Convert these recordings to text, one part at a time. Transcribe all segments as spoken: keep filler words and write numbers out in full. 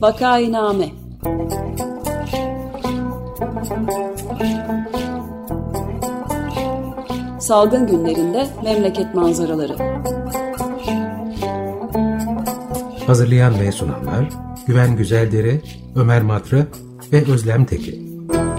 Vakainame. Salgın günlerinde memleket manzaraları. Hazırlayan ve sunanlar Güven Güzeldere, Ömer Madra ve Özlem Tekin.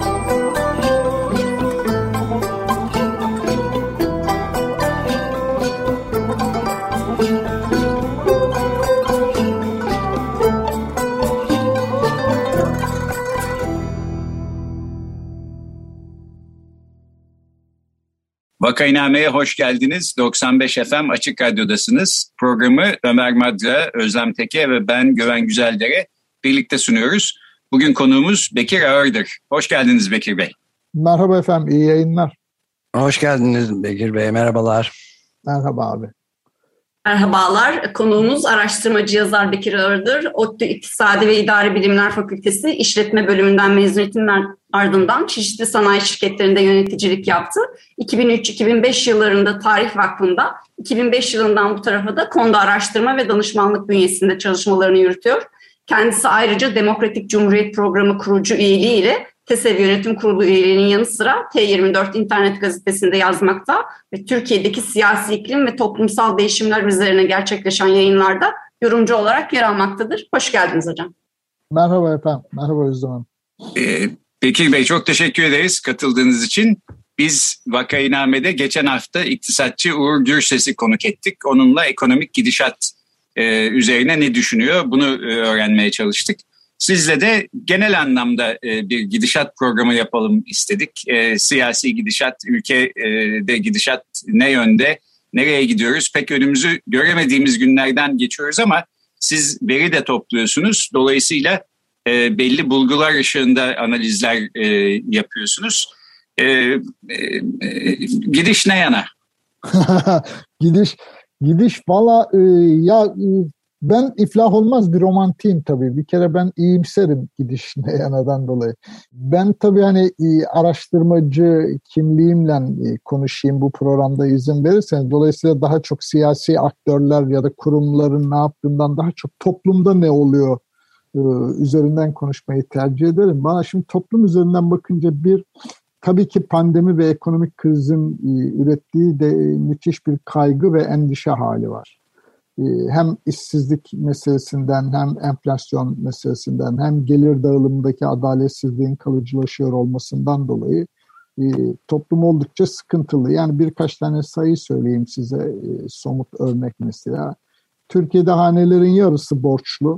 Vakainame'ye hoş geldiniz. doksan beş F M Açık Radyo'dasınız. Programı Ömer Madra, Özlem Teke ve ben Güven Güzeldere birlikte sunuyoruz. Bugün konuğumuz Bekir Ağırdır. Hoş geldiniz Bekir Bey. Merhaba efendim, iyi yayınlar. Hoş geldiniz Bekir Bey, merhabalar. Merhaba abi. Merhabalar, konuğumuz araştırmacı yazar Bekir Ağırdır. ODTÜ İktisadi ve İdari Bilimler Fakültesi İşletme Bölümünden mezuniyetinden ardından çeşitli sanayi şirketlerinde yöneticilik yaptı. iki bin üç iki bin beş yıllarında Tarih Vakfı'nda, iki bin beş yılından bu tarafa da Konda Araştırma ve Danışmanlık bünyesinde çalışmalarını yürütüyor. Kendisi ayrıca Demokratik Cumhuriyet Programı kurucu üyeliği ile TESEV Yönetim Kurulu üyeliğinin yanı sıra T yirmi dört İnternet Gazetesi'nde yazmakta ve Türkiye'deki siyasi iklim ve toplumsal değişimler üzerine gerçekleşen yayınlarda yorumcu olarak yer almaktadır. Hoş geldiniz hocam. Merhaba efendim, merhaba Özlem Hanım. Ee, Bekir Bey çok teşekkür ederiz katıldığınız için. Biz Vakainame'de geçen hafta iktisatçı Uğur Gürses'i konuk ettik. Onunla ekonomik gidişat e, üzerine ne düşünüyor bunu e, öğrenmeye çalıştık. Sizle de genel anlamda e, bir gidişat programı yapalım istedik. E, siyasi gidişat, ülkede gidişat ne yönde, nereye gidiyoruz? Pek önümüzü göremediğimiz günlerden geçiyoruz ama siz veri de topluyorsunuz. Dolayısıyla e, belli bulgular ışığında analizler e, yapıyorsunuz. E, e, e, gidiş ne yana? gidiş, gidiş valla e, ya... E, Ben iflah olmaz bir romantiyim tabii. Bir kere ben iyimserim gidiş ne yanadan dolayı. Ben tabii hani araştırmacı kimliğimle konuşayım bu programda izin verirseniz. Dolayısıyla daha çok siyasi aktörler ya da kurumların ne yaptığından daha çok toplumda ne oluyor üzerinden konuşmayı tercih ederim. Bana şimdi toplum üzerinden bakınca bir tabii ki pandemi ve ekonomik krizin ürettiği de müthiş bir kaygı ve endişe hali var. Hem işsizlik meselesinden hem enflasyon meselesinden hem gelir dağılımındaki adaletsizliğin kalıcılaşıyor olmasından dolayı e, toplum oldukça sıkıntılı. Yani birkaç tane sayı söyleyeyim size e, somut örnek mesela. Türkiye'de hanelerin yarısı borçlu.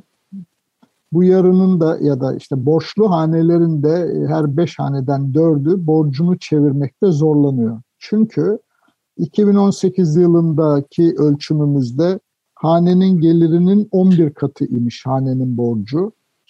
Bu yarının da ya da işte borçlu hanelerin de her beş haneden dördü borcunu çevirmekte zorlanıyor. Çünkü iki bin on sekiz yılındaki ölçümümüzde hanenin gelirinin on bir katı imiş hanenin borcu.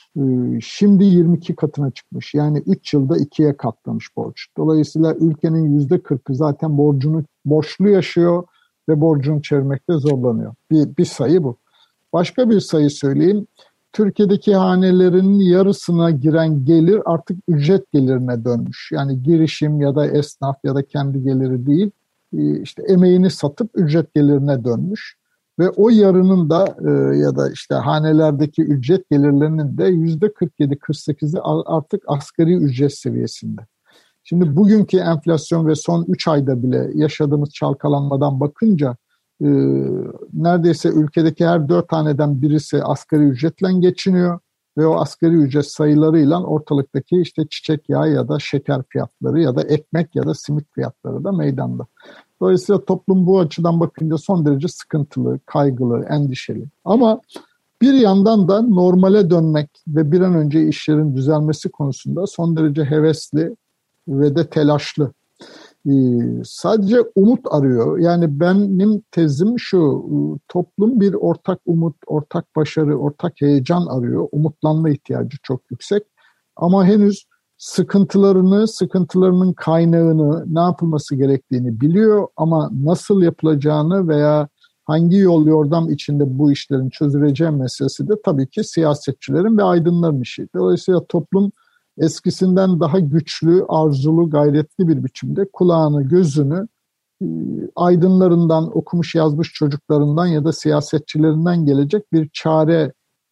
Şimdi yirmi iki katına çıkmış. Yani üç yılda ikiye katlamış borç. Dolayısıyla ülkenin yüzde kırkı zaten borcunu borçlu yaşıyor ve borcunu çevirmekte zorlanıyor. Bir, bir sayı bu. Başka bir sayı söyleyeyim. Türkiye'deki hanelerin yarısına giren gelir artık ücret gelirine dönmüş. Yani girişim ya da esnaf ya da kendi geliri değil, işte emeğini satıp ücret gelirine dönmüş. Ve o yarının da e, ya da işte hanelerdeki ücret gelirlerinin de yüzde kırk yedi kırk sekizi artık asgari ücret seviyesinde. Şimdi bugünkü enflasyon ve son üç ayda bile yaşadığımız çalkalanmadan bakınca e, neredeyse ülkedeki her dört haneden birisi asgari ücretle geçiniyor. Ve o asgari ücret sayılarıyla ortalıktaki işte çiçek yağı ya da şeker fiyatları ya da ekmek ya da simit fiyatları da meydanda. Dolayısıyla toplum bu açıdan bakınca son derece sıkıntılı, kaygılı, endişeli. Ama bir yandan da normale dönmek ve bir an önce işlerin düzelmesi konusunda son derece hevesli ve de telaşlı. Ee, sadece umut arıyor. Yani benim tezim şu, toplum bir ortak umut, ortak başarı, ortak heyecan arıyor. Umutlanma ihtiyacı çok yüksek. Ama henüz sıkıntılarını, sıkıntılarının kaynağını, ne yapılması gerektiğini biliyor ama nasıl yapılacağını veya hangi yol yordam içinde bu işlerin çözüleceği meselesi de tabii ki siyasetçilerin ve aydınların işi. Dolayısıyla toplum eskisinden daha güçlü, arzulu, gayretli bir biçimde kulağını, gözünü aydınlarından, okumuş yazmış çocuklarından ya da siyasetçilerinden gelecek bir çare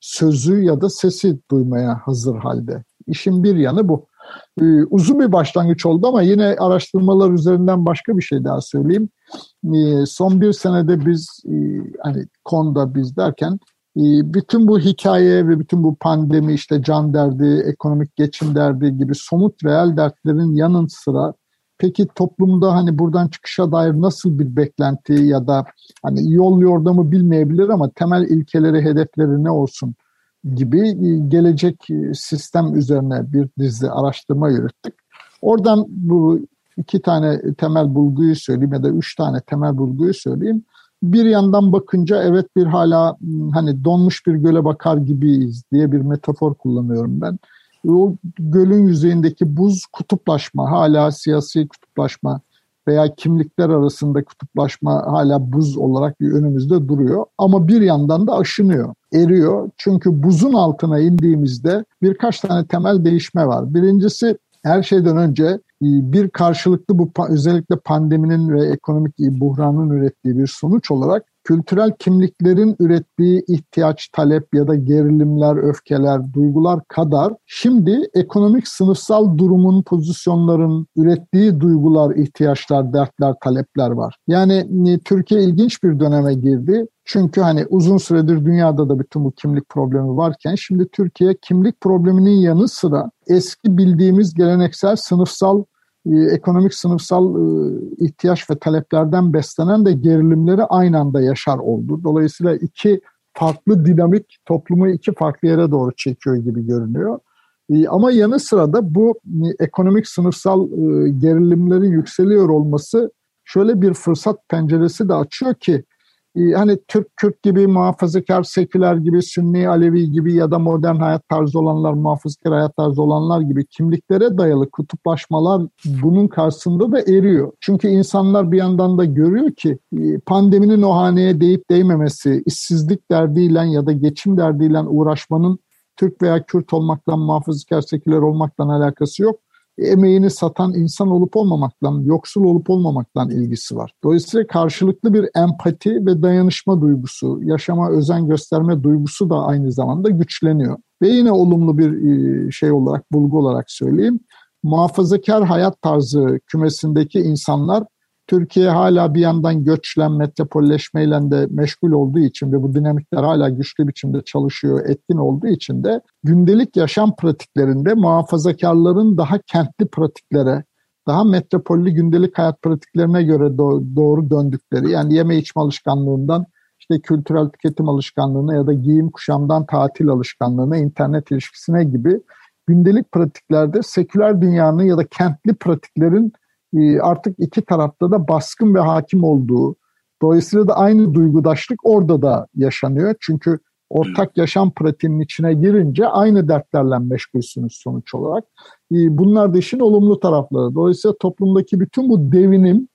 sözü ya da sesi duymaya hazır halde. İşin bir yanı bu. Ee, uzun bir başlangıç oldu ama yine araştırmalar üzerinden başka bir şey daha söyleyeyim. Ee, son bir senede biz e, hani konuda biz derken e, bütün bu hikaye ve bütün bu pandemi, işte can derdi, ekonomik geçim derdi gibi somut reel dertlerin yanı sıra peki toplumda hani buradan çıkışa dair nasıl bir beklenti ya da hani yol yordamı bilmeyebilir ama temel ilkeleri, hedefleri ne olsun gibi gelecek sistem üzerine bir dizi araştırma yürüttük. Oradan bu iki tane temel bulguyu söyleyeyim ya da üç tane temel bulguyu söyleyeyim. Bir yandan bakınca evet bir hala hani donmuş bir göle bakar gibiyiz diye bir metafor kullanıyorum ben. O gölün yüzeyindeki buz kutuplaşma, hala siyasi kutuplaşma veya kimlikler arasında kutuplaşma hala buz olarak önümüzde duruyor. Ama bir yandan da aşınıyor, eriyor. Çünkü buzun altına indiğimizde birkaç tane temel değişme var. Birincisi her şeyden önce bir karşılıklı bu özellikle pandeminin ve ekonomik buhranın ürettiği bir sonuç olarak kültürel kimliklerin ürettiği ihtiyaç, talep ya da gerilimler, öfkeler, duygular kadar şimdi ekonomik sınıfsal durumun, pozisyonların ürettiği duygular, ihtiyaçlar, dertler, talepler var. Yani Türkiye ilginç bir döneme girdi. Çünkü hani uzun süredir dünyada da bütün bu kimlik problemi varken şimdi Türkiye kimlik probleminin yanı sıra eski bildiğimiz geleneksel sınıfsal ekonomik sınıfsal ihtiyaç ve taleplerden beslenen de gerilimleri aynı anda yaşar oldu. Dolayısıyla iki farklı dinamik toplumu iki farklı yere doğru çekiyor gibi görünüyor. Ama yanı sıra da bu ekonomik sınıfsal gerilimlerin yükseliyor olması şöyle bir fırsat penceresi de açıyor ki hani Türk, Kürt gibi, muhafazakar, seküler gibi, Sünni, Alevi gibi ya da modern hayat tarzı olanlar, muhafazakar hayat tarzı olanlar gibi kimliklere dayalı kutuplaşmalar bunun karşısında da eriyor. Çünkü insanlar bir yandan da görüyor ki pandeminin o haneye değip değmemesi, işsizlik derdiyle ya da geçim derdiyle uğraşmanın Türk veya Kürt olmakla, muhafazakar, seküler olmakla alakası yok. Emeğini satan insan olup olmamakla, yoksul olup olmamakla ilgisi var. Dolayısıyla karşılıklı bir empati ve dayanışma duygusu, yaşama özen gösterme duygusu da aynı zamanda güçleniyor. Ve yine olumlu bir şey olarak, bulgu olarak söyleyeyim. Muhafazakar hayat tarzı kümesindeki insanlar Türkiye hala bir yandan göçle, metropolleşmeyle de meşgul olduğu için ve bu dinamikler hala güçlü biçimde çalışıyor, etkin olduğu için de gündelik yaşam pratiklerinde muhafazakarların daha kentli pratiklere, daha metropollü gündelik hayat pratiklerine göre do- doğru döndükleri, yani yeme içme alışkanlığından işte kültürel tüketim alışkanlığına ya da giyim kuşamdan tatil alışkanlığına, internet ilişkisine gibi gündelik pratiklerde seküler dünyanın ya da kentli pratiklerin artık iki tarafta da baskın ve hakim olduğu, dolayısıyla da aynı duygudaşlık orada da yaşanıyor. Çünkü ortak yaşam pratiğinin içine girince aynı dertlerle meşgulsünüz sonuç olarak. Bunlar da işin olumlu tarafları. Dolayısıyla toplumdaki bütün bu devinim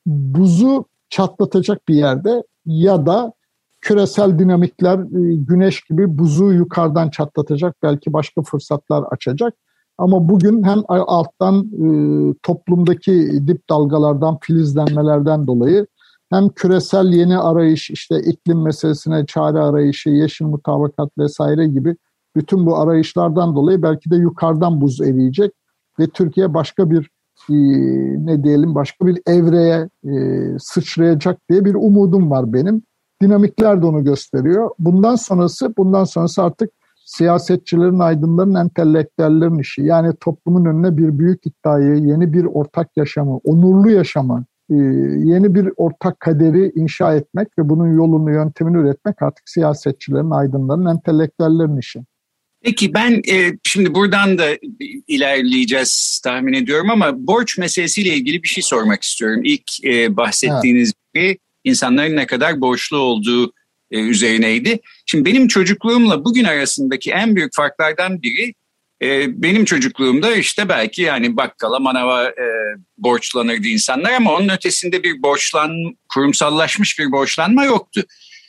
buzu çatlatacak bir yerde ya da küresel dinamikler güneş gibi buzu yukarıdan çatlatacak, belki başka fırsatlar açacak. Ama bugün hem alttan e, toplumdaki dip dalgalardan, filizlenmelerden dolayı hem küresel yeni arayış, işte iklim meselesine çare arayışı, yeşil mutabakat vesaire gibi bütün bu arayışlardan dolayı belki de yukarıdan buz eriyecek ve Türkiye başka bir e, ne diyelim başka bir evreye e, sıçrayacak diye bir umudum var benim. Dinamikler de onu gösteriyor. Bundan sonrası, bundan sonrası artık siyasetçilerin, aydınların, entelektüellerin işi. Yani toplumun önüne bir büyük iddiayı, yeni bir ortak yaşamı, onurlu yaşamı, yeni bir ortak kaderi inşa etmek ve bunun yolunu, yöntemini üretmek artık siyasetçilerin, aydınların, entelektüellerin işi. Peki ben e, şimdi buradan da ilerleyeceğiz tahmin ediyorum ama borç meselesiyle ilgili bir şey sormak istiyorum. İlk e, bahsettiğiniz gibi evet. insanların ne kadar borçlu olduğu e, üzerineydi. Şimdi benim çocukluğumla bugün arasındaki en büyük farklardan biri e, benim çocukluğumda işte belki yani bakkala, manava e, borçlanırdı insanlar ama onun ötesinde bir borçlan, kurumsallaşmış bir borçlanma yoktu.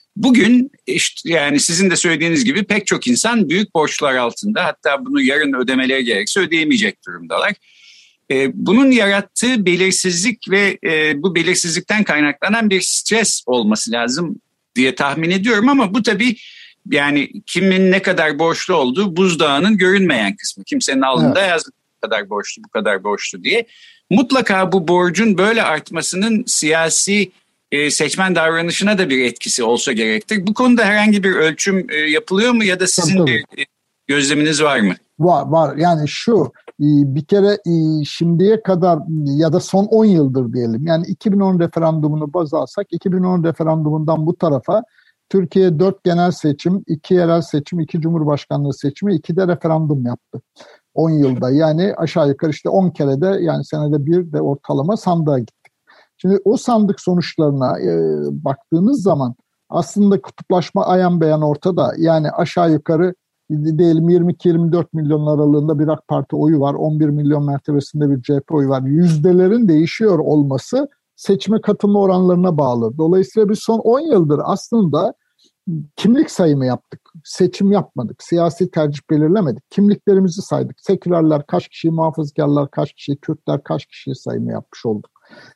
Bugün işte yani sizin de söylediğiniz gibi pek çok insan büyük borçlar altında, hatta bunu yarın ödemeleri gerekse ödeyemeyecek durumdalar. Ee, bunun yarattığı belirsizlik ve e, bu belirsizlikten kaynaklanan bir stres olması lazım diye tahmin ediyorum ama bu tabii yani kimin ne kadar borçlu olduğu buzdağının görünmeyen kısmı. Kimsenin alnında evet. yazdığı bu kadar borçlu, bu kadar borçlu diye. Mutlaka bu borcun böyle artmasının siyasi e, seçmen davranışına da bir etkisi olsa gerektir. Bu konuda herhangi bir ölçüm e, yapılıyor mu ya da sizin tabii, tabii. bir e, gözleminiz var mı? Var var yani şu bir kere şimdiye kadar ya da son on yıldır diyelim yani iki bin on referandumunu baz alsak iki bin on referandumundan bu tarafa Türkiye dört genel seçim, iki yerel seçim, iki cumhurbaşkanlığı seçimi, iki de referandum yaptı. on yılda yani aşağı yukarı işte on kere de yani senede bir de ortalama sandığa gittik. Şimdi o sandık sonuçlarına e, baktığınız zaman aslında kutuplaşma ayan beyan ortada. Yani aşağı yukarı diyelim yirmi iki yirmi dört milyon aralığında bir AK Parti oyu var. on bir milyon mertebesinde bir C H P oyu var. Yüzdelerin değişiyor olması seçime katılma oranlarına bağlı. Dolayısıyla biz son on yıldır aslında kimlik sayımı yaptık. Seçim yapmadık. Siyasi tercih belirlemedik. Kimliklerimizi saydık. Sekülerler kaç kişi, muhafazkarlar kaç kişi, Kürtler kaç kişi sayımı yapmış olduk.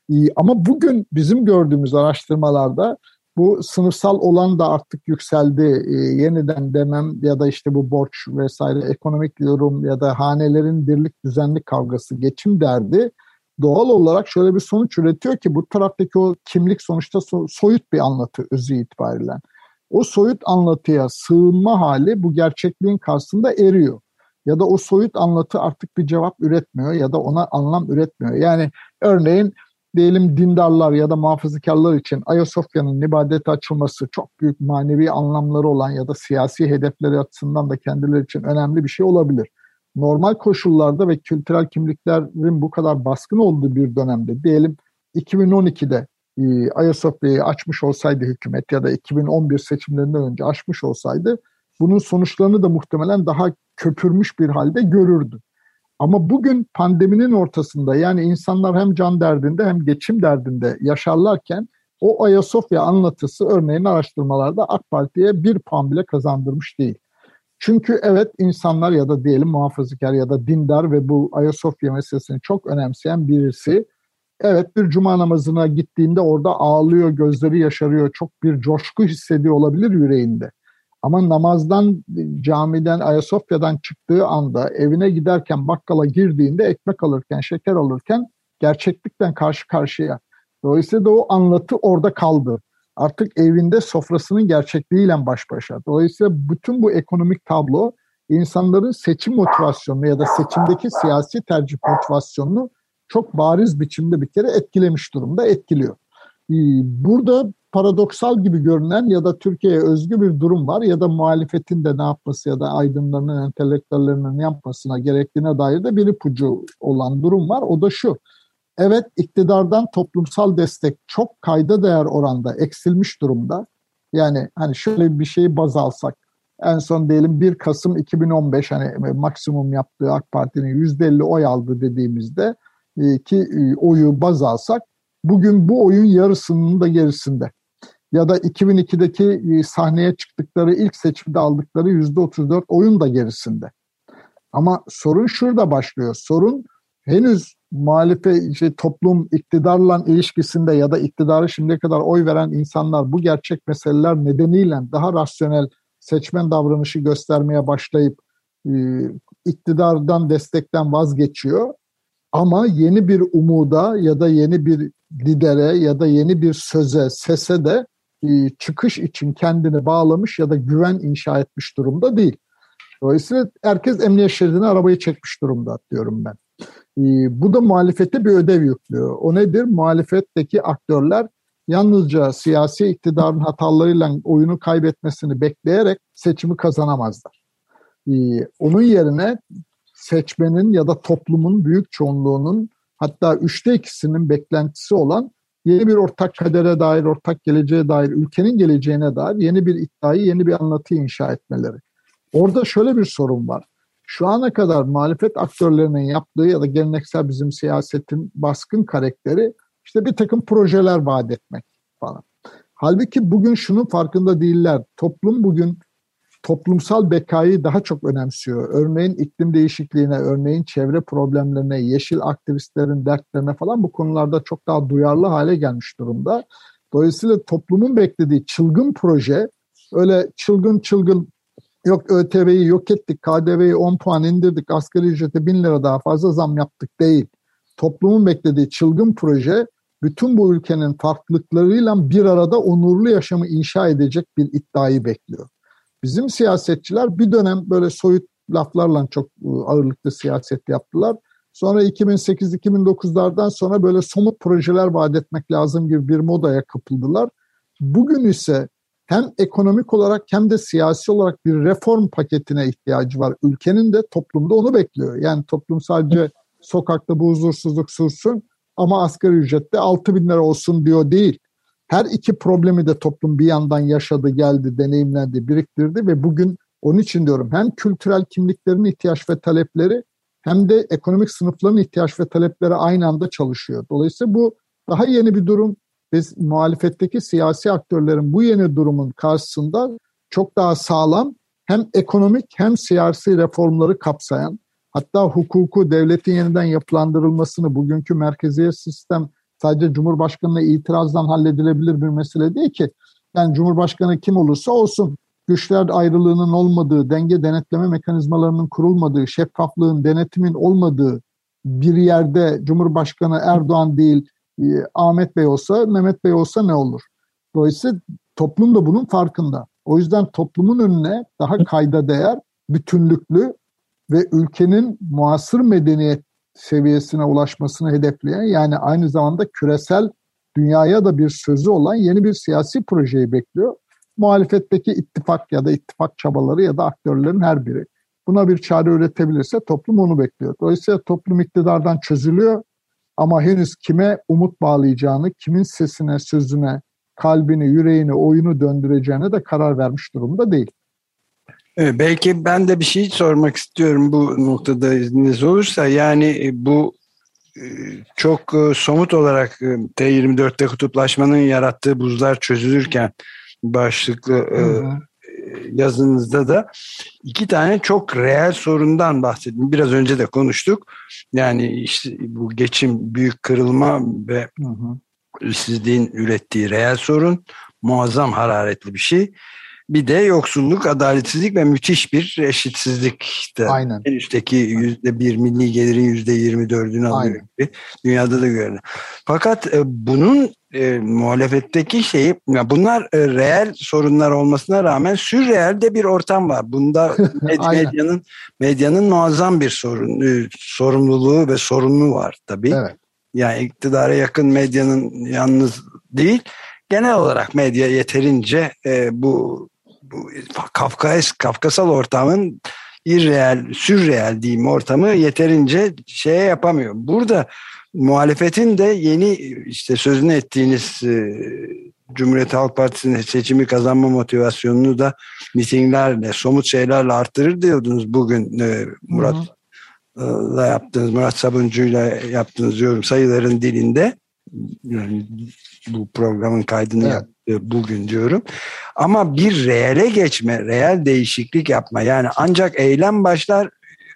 Ama bugün bizim gördüğümüz araştırmalarda bu sınıfsal olan da artık yükseldi. Ee, yeniden demem ya da işte bu borç vesaire ekonomik yorum ya da hanelerin birlik düzenlik kavgası, geçim derdi doğal olarak şöyle bir sonuç üretiyor ki bu taraftaki o kimlik sonuçta so- soyut bir anlatı özü itibariyle. O soyut anlatıya sığınma hali bu gerçekliğin karşısında eriyor. Ya da o soyut anlatı artık bir cevap üretmiyor ya da ona anlam üretmiyor. Yani örneğin diyelim dindarlar ya da muhafazakarlar için Ayasofya'nın ibadete açılması çok büyük manevi anlamları olan ya da siyasi hedefleri açısından da kendileri için önemli bir şey olabilir. Normal koşullarda ve kültürel kimliklerin bu kadar baskın olduğu bir dönemde diyelim iki bin on ikide e, Ayasofya'yı açmış olsaydı hükümet ya da iki bin on bir seçimlerinden önce açmış olsaydı bunun sonuçlarını da muhtemelen daha köpürmüş bir halde görürdü. Ama bugün pandeminin ortasında yani insanlar hem can derdinde hem geçim derdinde yaşarlarken o Ayasofya anlatısı örneğin araştırmalarda AK Parti'ye bir puan bile kazandırmış değil. Çünkü evet insanlar ya da diyelim muhafazakar ya da dindar ve bu Ayasofya meselesini çok önemseyen birisi evet bir cuma namazına gittiğinde orada ağlıyor, gözleri yaşarıyor, çok bir coşku hissediyor olabilir yüreğinde. Ama namazdan, camiden, Ayasofya'dan çıktığı anda evine giderken bakkala girdiğinde ekmek alırken, şeker alırken gerçeklikten karşı karşıya. Dolayısıyla da o anlatı orada kaldı. Artık evinde sofrasının gerçekliğiyle baş başa. Dolayısıyla bütün bu ekonomik tablo insanların seçim motivasyonunu ya da seçimdeki siyasi tercih motivasyonunu çok bariz biçimde bir kere etkilemiş durumda, etkiliyor. Burada paradoksal gibi görünen ya da Türkiye'ye özgü bir durum var ya da muhalefetin de ne yapması ya da aydınlarının, entelektüellerinin ne yapmasına gerektiğine dair de bir ipucu olan durum var. O da şu, evet iktidardan toplumsal destek çok kayda değer oranda eksilmiş durumda. Yani hani şöyle bir şeyi baz alsak, en son diyelim bir Kasım iki bin on beş hani maksimum yaptığı AK Parti'nin yüzde elli oy aldı dediğimizde ki oyu baz alsak, bugün bu oyun yarısının da gerisinde. Ya da iki bin ikideki sahneye çıktıkları ilk seçimde aldıkları yüzde otuz dört oyun da gerisinde. Ama sorun şurada başlıyor. Sorun henüz muhalefet, şey, toplum iktidarla ilişkisinde ya da iktidarı şimdiye kadar oy veren insanlar bu gerçek meseleler nedeniyle daha rasyonel seçmen davranışı göstermeye başlayıp e, iktidardan destekten vazgeçiyor. Ama yeni bir umuda ya da yeni bir lidere ya da yeni bir söze, sese de e, çıkış için kendini bağlamış ya da güven inşa etmiş durumda değil. Dolayısıyla herkes emniyet şeridine arabayı çekmiş durumda diyorum ben. E, bu da muhalefete bir ödev yüklüyor. O nedir? Muhalefetteki aktörler yalnızca siyasi iktidarın hatalarıyla oyunu kaybetmesini bekleyerek seçimi kazanamazlar. E, onun yerine seçmenin ya da toplumun büyük çoğunluğunun hatta üçte ikisinin beklentisi olan yeni bir ortak kadere dair, ortak geleceğe dair, ülkenin geleceğine dair yeni bir iddiayı, yeni bir anlatıyı inşa etmeleri. Orada şöyle bir sorun var. Şu ana kadar muhalefet aktörlerinin yaptığı ya da geleneksel bizim siyasetin baskın karakteri işte bir takım projeler vaat etmek falan. Halbuki bugün şunun farkında değiller. Toplum bugün toplumsal bekayı daha çok önemsiyor. Örneğin iklim değişikliğine, örneğin çevre problemlerine, yeşil aktivistlerin dertlerine falan bu konularda çok daha duyarlı hale gelmiş durumda. Dolayısıyla toplumun beklediği çılgın proje öyle çılgın çılgın yok ÖTV'yi yok ettik, K D V'yi on puan indirdik, asgari ücrete bin lira daha fazla zam yaptık değil. Toplumun beklediği çılgın proje bütün bu ülkenin farklılıklarıyla bir arada onurlu yaşamı inşa edecek bir iddiayı bekliyor. Bizim siyasetçiler bir dönem böyle soyut laflarla çok ağırlıklı siyaset yaptılar. Sonra iki bin sekiz iki bin dokuzlardan sonra böyle somut projeler vaat etmek lazım gibi bir modaya kapıldılar. Bugün ise hem ekonomik olarak hem de siyasi olarak bir reform paketine ihtiyacı var. Ülkenin de toplumda onu bekliyor. Yani toplum sadece sokakta bu huzursuzluk sürsün ama asgari ücrette altı bin lira olsun diyor değil. Her iki problemi de toplum bir yandan yaşadı, geldi, deneyimlendi, biriktirdi ve bugün onun için diyorum hem kültürel kimliklerin ihtiyaç ve talepleri hem de ekonomik sınıfların ihtiyaç ve talepleri aynı anda çalışıyor. Dolayısıyla bu daha yeni bir durum. Biz muhalefetteki siyasi aktörlerin bu yeni durumun karşısında çok daha sağlam hem ekonomik hem siyasi reformları kapsayan, hatta hukuku, devletin yeniden yapılandırılmasını, bugünkü merkeziyet sistem sadece Cumhurbaşkanı'na itirazdan halledilebilir bir mesele değil ki. Yani Cumhurbaşkanı kim olursa olsun, güçler ayrılığının olmadığı, denge denetleme mekanizmalarının kurulmadığı, şeffaflığın, denetimin olmadığı bir yerde Cumhurbaşkanı Erdoğan değil, Ahmet Bey olsa, Mehmet Bey olsa ne olur? Dolayısıyla toplum da bunun farkında. O yüzden toplumun önüne daha kayda değer, bütünlüklü ve ülkenin muasır medeniyet seviyesine ulaşmasını hedefleyen, yani aynı zamanda küresel dünyaya da bir sözü olan yeni bir siyasi projeyi bekliyor. Muhalefetteki ittifak ya da ittifak çabaları ya da aktörlerin her biri buna bir çare üretebilirse toplum onu bekliyor. Dolayısıyla toplum iktidardan çözülüyor ama henüz kime umut bağlayacağını, kimin sesine, sözüne, kalbini, yüreğini, oyunu döndüreceğine de karar vermiş durumda değil. Evet, belki ben de bir şey sormak istiyorum bu noktada izniniz olursa. Yani bu çok somut olarak T yirmi dörtte kutuplaşmanın yarattığı buzlar çözülürken başlıklı hı hı. yazınızda da iki tane çok reel sorundan bahsettim. Biraz önce de konuştuk. Yani işte bu geçim, büyük kırılma ve hı hı. işsizliğin ürettiği reel sorun, muazzam hararetli bir şey. Bir de yoksulluk, adaletsizlik ve müthiş bir eşitsizlik. İşte aynen. En üstteki yüzde bir milli gelirin yüzde yirmi dördünü alıyor gibi. Dünyada da görünüyor. Fakat e, bunun e, muhalefetteki şeyi, ya bunlar e, reel sorunlar olmasına rağmen sürreel de bir ortam var. Bunda medyanın medyanın muazzam bir sorun, e, sorumluluğu ve sorunu var tabii. Evet. Yani iktidara yakın medyanın yalnız değil, genel olarak medya yeterince e, bu bu Kafkas, Kafkasal ortamın irreel, sürreel diyeyim ortamı yeterince şeye yapamıyor. Burada muhalefetin de yeni işte sözünü ettiğiniz e, Cumhuriyet Halk Partisi'nin seçimi kazanma motivasyonunu da mitinglerle, somut şeylerle arttırır diyordunuz bugün e, Murat'la yaptığınız, Murat Sabuncu'yla yaptığınız yorum sayıların dilinde. Yani bu programın kaydını evet. yaptı bugün diyorum. Ama bir reale geçme, reel değişiklik yapma. Yani ancak eylem başlar,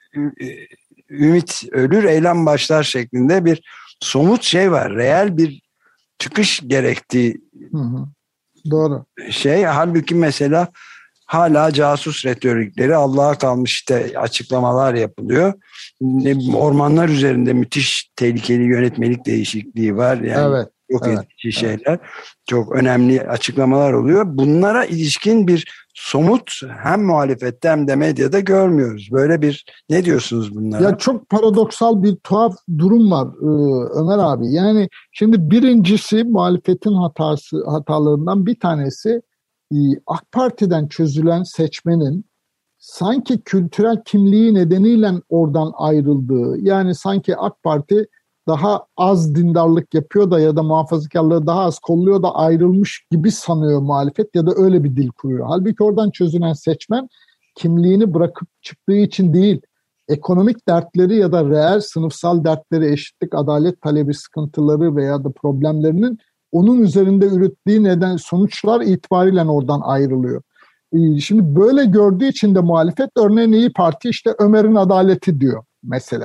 ümit ölür, eylem başlar şeklinde bir somut şey var. Reel bir çıkış gerektiği hı hı. Doğru. Şey, halbuki mesela hala casus retorikleri, Allah'a kalmış işte açıklamalar yapılıyor. Ormanlar üzerinde müthiş tehlikeli yönetmelik değişikliği var. Yani evet, çok evet, etkili şeyler, evet. Çok önemli açıklamalar oluyor. Bunlara ilişkin bir somut hem muhalefette hem de medyada görmüyoruz. Böyle bir, ne diyorsunuz bunlara? Ya çok paradoksal bir tuhaf durum var Ömer abi. Yani şimdi birincisi muhalefetin hatası hatalarından bir tanesi, AK Parti'den çözülen seçmenin sanki kültürel kimliği nedeniyle oradan ayrıldığı, yani sanki AK Parti daha az dindarlık yapıyor da ya da muhafazakarlığı daha az kolluyor da ayrılmış gibi sanıyor muhalefet ya da öyle bir dil kuruyor. Halbuki oradan çözülen seçmen kimliğini bırakıp çıktığı için değil, ekonomik dertleri ya da reel sınıfsal dertleri, eşitlik, adalet talebi sıkıntıları veya da problemlerinin onun üzerinde ürettiği neden sonuçlar itibariyle oradan ayrılıyor. Şimdi böyle gördüğü için de muhalefet, örneğin İYİ Parti işte Ömer'in adaleti diyor mesela.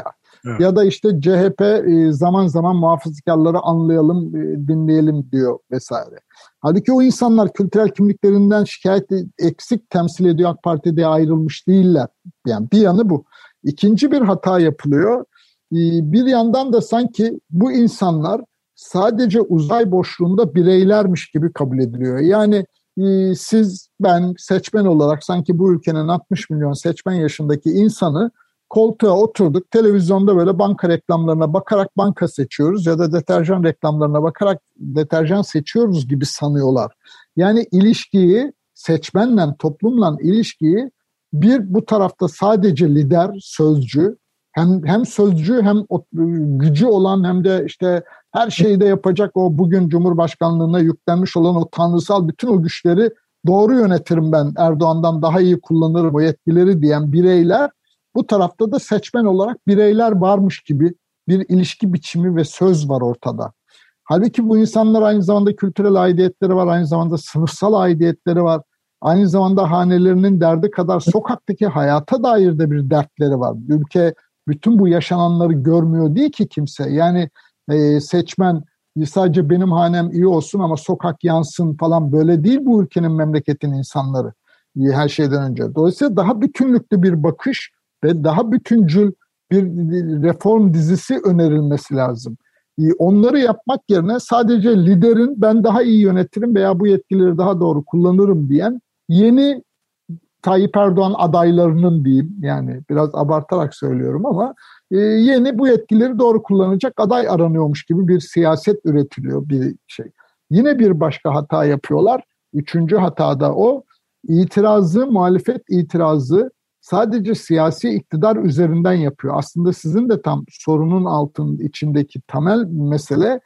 Evet. Ya da işte C H P e, zaman zaman muhafazakarları anlayalım, e, dinleyelim diyor vesaire. Halbuki o insanlar kültürel kimliklerinden şikayet eksik temsil ediyor, AK Parti'de ayrılmış değiller. Yani bir yanı bu. İkinci bir hata yapılıyor. E, bir yandan da sanki bu insanlar sadece uzay boşluğunda bireylermiş gibi kabul ediliyor. Yani e, siz, ben seçmen olarak sanki bu ülkenin altmış milyon seçmen yaşındaki insanı koltuğa oturduk, televizyonda böyle banka reklamlarına bakarak banka seçiyoruz ya da deterjan reklamlarına bakarak deterjan seçiyoruz gibi sanıyorlar. Yani ilişkiyi, seçmenle, toplumla ilişkiyi bir bu tarafta sadece lider, sözcü, hem hem sözcü hem o, gücü olan hem de işte her şeyi de yapacak o bugün Cumhurbaşkanlığına yüklenmiş olan o tanrısal bütün o güçleri doğru yönetirim ben, Erdoğan'dan daha iyi kullanırım o yetkileri diyen bireyler, bu tarafta da seçmen olarak bireyler varmış gibi bir ilişki biçimi ve söz var ortada. Halbuki bu insanlar aynı zamanda kültürel aidiyetleri var, aynı zamanda sınıfsal aidiyetleri var. Aynı zamanda hanelerinin derdi kadar sokaktaki hayata dair de bir dertleri var. Ülke bütün bu yaşananları görmüyor değil ki kimse. Yani e, seçmen sadece benim hanem iyi olsun ama sokak yansın falan, böyle değil bu ülkenin, memleketin insanları her şeyden önce. Dolayısıyla daha bütünlüklü bir bakış ve daha bütüncül bir reform dizisi önerilmesi lazım. Onları yapmak yerine sadece liderin ben daha iyi yönetirim veya bu yetkileri daha doğru kullanırım diyen yeni Tayyip Erdoğan adaylarının diyeyim, yani biraz abartarak söylüyorum ama yeni bu yetkileri doğru kullanacak aday aranıyormuş gibi bir siyaset üretiliyor bir şey. Yine bir başka hata yapıyorlar. Üçüncü hata da o. İtirazı, muhalefet itirazı sadece siyasi iktidar üzerinden yapıyor. Aslında sizin de tam sorunun altın içindeki temel mesele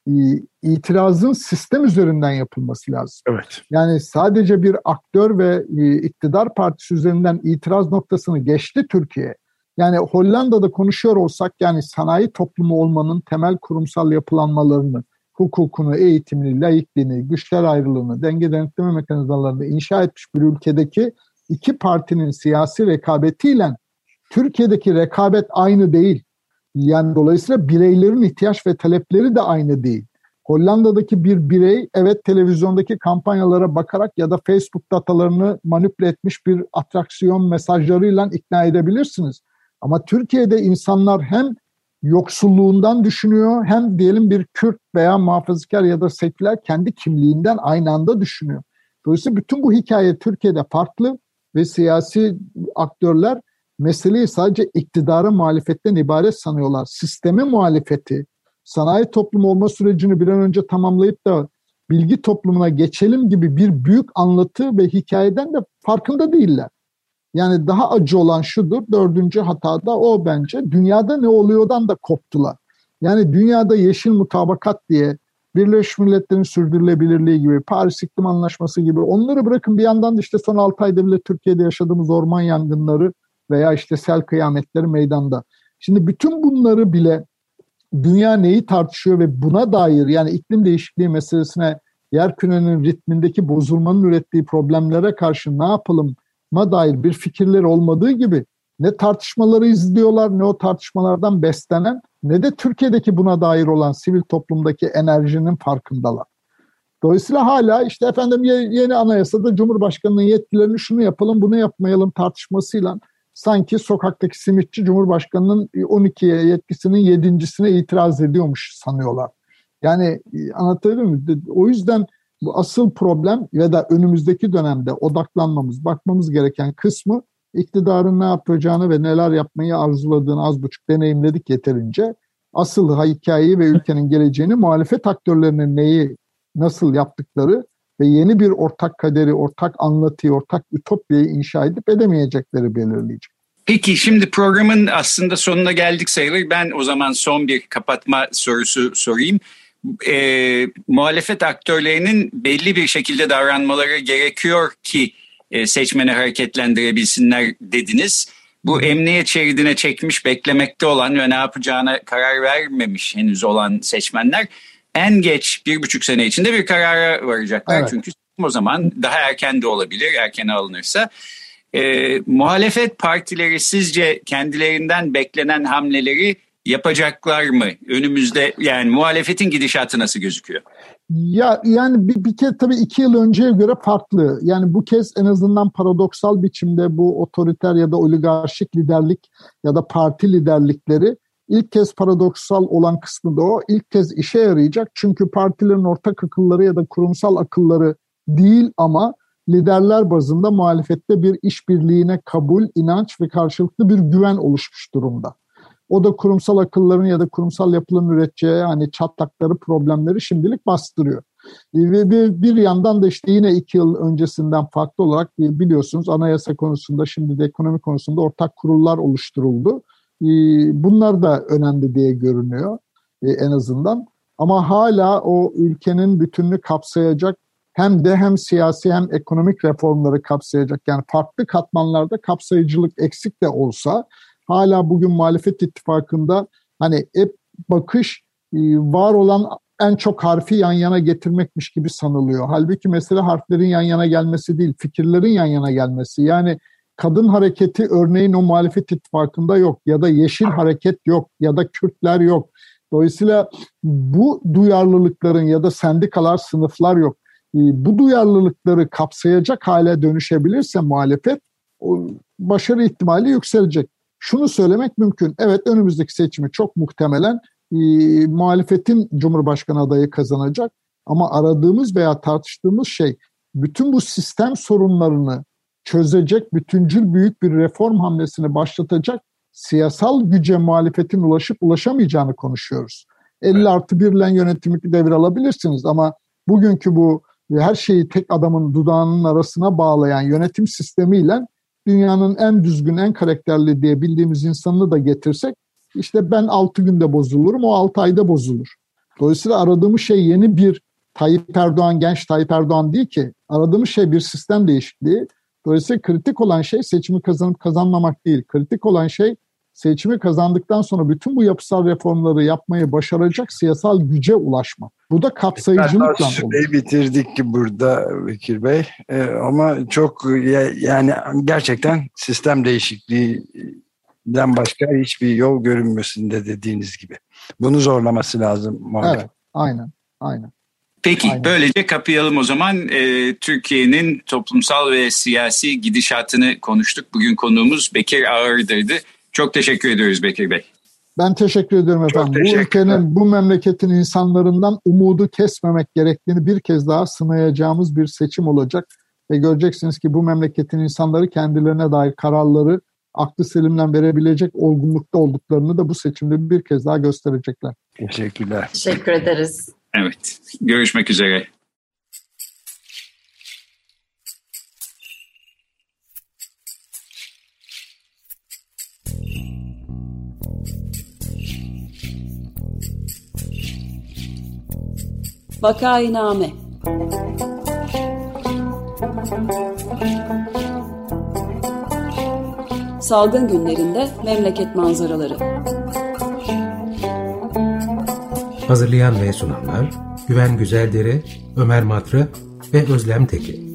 itirazın sistem üzerinden yapılması lazım. Evet. Yani sadece bir aktör ve iktidar partisi üzerinden itiraz noktasını geçti Türkiye. Yani Hollanda'da konuşuyor olsak, yani sanayi toplumu olmanın temel kurumsal yapılanmalarını, hukukunu, eğitimini, laikliğini, güçler ayrılığını, denge denetleme mekanizmalarını inşa etmiş bir ülkedeki iki partinin siyasi rekabetiyle Türkiye'deki rekabet aynı değil. Yani dolayısıyla bireylerin ihtiyaç ve talepleri de aynı değil. Hollanda'daki bir birey evet televizyondaki kampanyalara bakarak ya da Facebook datalarını manipüle etmiş bir atraksiyon mesajlarıyla ikna edebilirsiniz. Ama Türkiye'de insanlar hem yoksulluğundan düşünüyor hem diyelim bir Kürt veya muhafazakar ya da seküler kendi kimliğinden aynı anda düşünüyor. Dolayısıyla bütün bu hikaye Türkiye'de farklı ve siyasi aktörler meseleyi sadece iktidara muhalefetten ibaret sanıyorlar. Sisteme muhalefeti, sanayi toplumu olma sürecini bir an önce tamamlayıp da bilgi toplumuna geçelim gibi bir büyük anlatı ve hikayeden de farkında değiller. Yani daha acı olan şudur, dördüncü hata da o bence. Dünyada ne oluyordan da koptular. Yani dünyada yeşil mutabakat diye, Birleşmiş Milletler'in sürdürülebilirliği gibi, Paris İklim Anlaşması gibi, onları bırakın bir yandan da işte son altı ayda bile Türkiye'de yaşadığımız orman yangınları veya işte sel kıyametleri meydanda. Şimdi bütün bunları bile dünya neyi tartışıyor ve buna dair, yani iklim değişikliği meselesine, yerkürenin ritmindeki bozulmanın ürettiği problemlere karşı ne yapalım ma dair bir fikirleri olmadığı gibi ne tartışmaları izliyorlar, ne o tartışmalardan beslenen, ne de Türkiye'deki buna dair olan sivil toplumdaki enerjinin farkındalar. Dolayısıyla hala işte efendim yeni anayasada Cumhurbaşkanı'nın yetkilerini şunu yapalım, bunu yapmayalım tartışmasıyla sanki sokaktaki simitçi Cumhurbaşkanı'nın on ikiye yetkisinin yedincisine itiraz ediyormuş sanıyorlar. Yani anlatabiliyor muyum? O yüzden bu asıl problem ya da önümüzdeki dönemde odaklanmamız, bakmamız gereken kısmı iktidarın ne yapacağını ve neler yapmayı arzuladığını az buçuk deneyimledik yeterince. Asıl hikayeyi ve ülkenin geleceğini, muhalefet aktörlerinin neyi nasıl yaptıkları ve yeni bir ortak kaderi, ortak anlatıyı, ortak ütopyayı inşa edip edemeyecekleri belirleyecek. Peki şimdi programın aslında sonuna geldik sayılır. Ben o zaman son bir kapatma sorusu sorayım. E, muhalefet aktörlerinin belli bir şekilde davranmaları gerekiyor ki e, seçmeni hareketlendirebilsinler dediniz. Bu emniyet şeridine çekmiş, beklemekte olan ve ne yapacağına karar vermemiş henüz olan seçmenler en geç bir buçuk sene içinde bir karara varacaklar. Evet. Çünkü o zaman daha erken de olabilir, erkene alınırsa. E, muhalefet partileri sizce kendilerinden beklenen hamleleri yapacaklar mı? Önümüzde yani muhalefetin gidişatı nasıl gözüküyor? Ya yani bir, bir kez tabii iki yıl önceye göre farklı. Yani bu kez en azından paradoksal biçimde bu otoriter ya da oligarşik liderlik ya da parti liderlikleri ilk kez paradoksal olan kısmı da o. İlk kez işe yarayacak. Çünkü partilerin ortak akılları ya da kurumsal akılları değil ama liderler bazında muhalefette bir işbirliğine kabul, inanç ve karşılıklı bir güven oluşmuş durumda. O da kurumsal akılların ya da kurumsal yapıların üreteceği hani çatlakları, problemleri şimdilik bastırıyor. Ve bir, bir yandan da işte yine iki yıl öncesinden farklı olarak biliyorsunuz anayasa konusunda, şimdi de ekonomi konusunda ortak kurullar oluşturuldu. Bunlar da önemli diye görünüyor en azından. Ama hala o ülkenin bütününü kapsayacak hem de hem siyasi hem ekonomik reformları kapsayacak. Yani farklı katmanlarda kapsayıcılık eksik de olsa hala bugün muhalefet ittifakında hani hep bakış var olan en çok harfi yan yana getirmekmiş gibi sanılıyor. Halbuki mesele harflerin yan yana gelmesi değil, fikirlerin yan yana gelmesi. Yani kadın hareketi örneğin o muhalefet ittifakında yok ya da yeşil hareket yok ya da Kürtler yok. Dolayısıyla bu duyarlılıkların ya da sendikalar, sınıflar yok. Bu duyarlılıkları kapsayacak hale dönüşebilirse muhalefet başarı ihtimali yükselecek. Şunu söylemek mümkün. Evet, önümüzdeki seçimi çok muhtemelen e, muhalefetin Cumhurbaşkanı adayı kazanacak. Ama aradığımız veya tartıştığımız şey bütün bu sistem sorunlarını çözecek, bütüncül büyük bir reform hamlesini başlatacak siyasal güce muhalefetin ulaşıp ulaşamayacağını konuşuyoruz. elli artı bir ile yönetimi devralabilirsiniz ama bugünkü bu her şeyi tek adamın dudağının arasına bağlayan yönetim sistemiyle dünyanın en düzgün, en karakterli diye bildiğimiz insanını da getirsek işte ben altı günde bozulurum, o altı ayda bozulur. Dolayısıyla aradığımız şey yeni bir Tayyip Erdoğan, genç Tayyip Erdoğan değil ki. Aradığımız şey bir sistem değişikliği. Dolayısıyla kritik olan şey seçimi kazanıp kazanmamak değil. Kritik olan şey seçimi kazandıktan sonra bütün bu yapısal reformları yapmayı başaracak siyasal güce ulaşmak. Bu da kapsayıcılıkla olur. Süreyi bitirdik ki burada Bekir Bey. Ee, ama çok yani gerçekten sistem değişikliğinden başka hiçbir yol görünmesin de dediğiniz gibi. Bunu zorlaması lazım muhalefet. Evet, aynen, aynen. Peki aynen. Böylece kapayalım o zaman. Ee, Türkiye'nin toplumsal ve siyasi gidişatını konuştuk. Bugün konuğumuz Bekir Ağır'dırdı. Çok teşekkür ediyoruz Bekir Bey. Ben teşekkür ediyorum efendim. Bu ülkenin, bu memleketin insanlarından umudu kesmemek gerektiğini bir kez daha sınayacağımız bir seçim olacak. Ve göreceksiniz ki bu memleketin insanları kendilerine dair kararları aklı selimle verebilecek olgunlukta olduklarını da bu seçimde bir kez daha gösterecekler. Teşekkürler. Teşekkür ederiz. Evet, görüşmek üzere. Vakainame. Salgın günlerinde memleket manzaraları. Hazırlayan ve sunanlar Güven Güzeldere, Ömer Madra ve Özlem Tekin.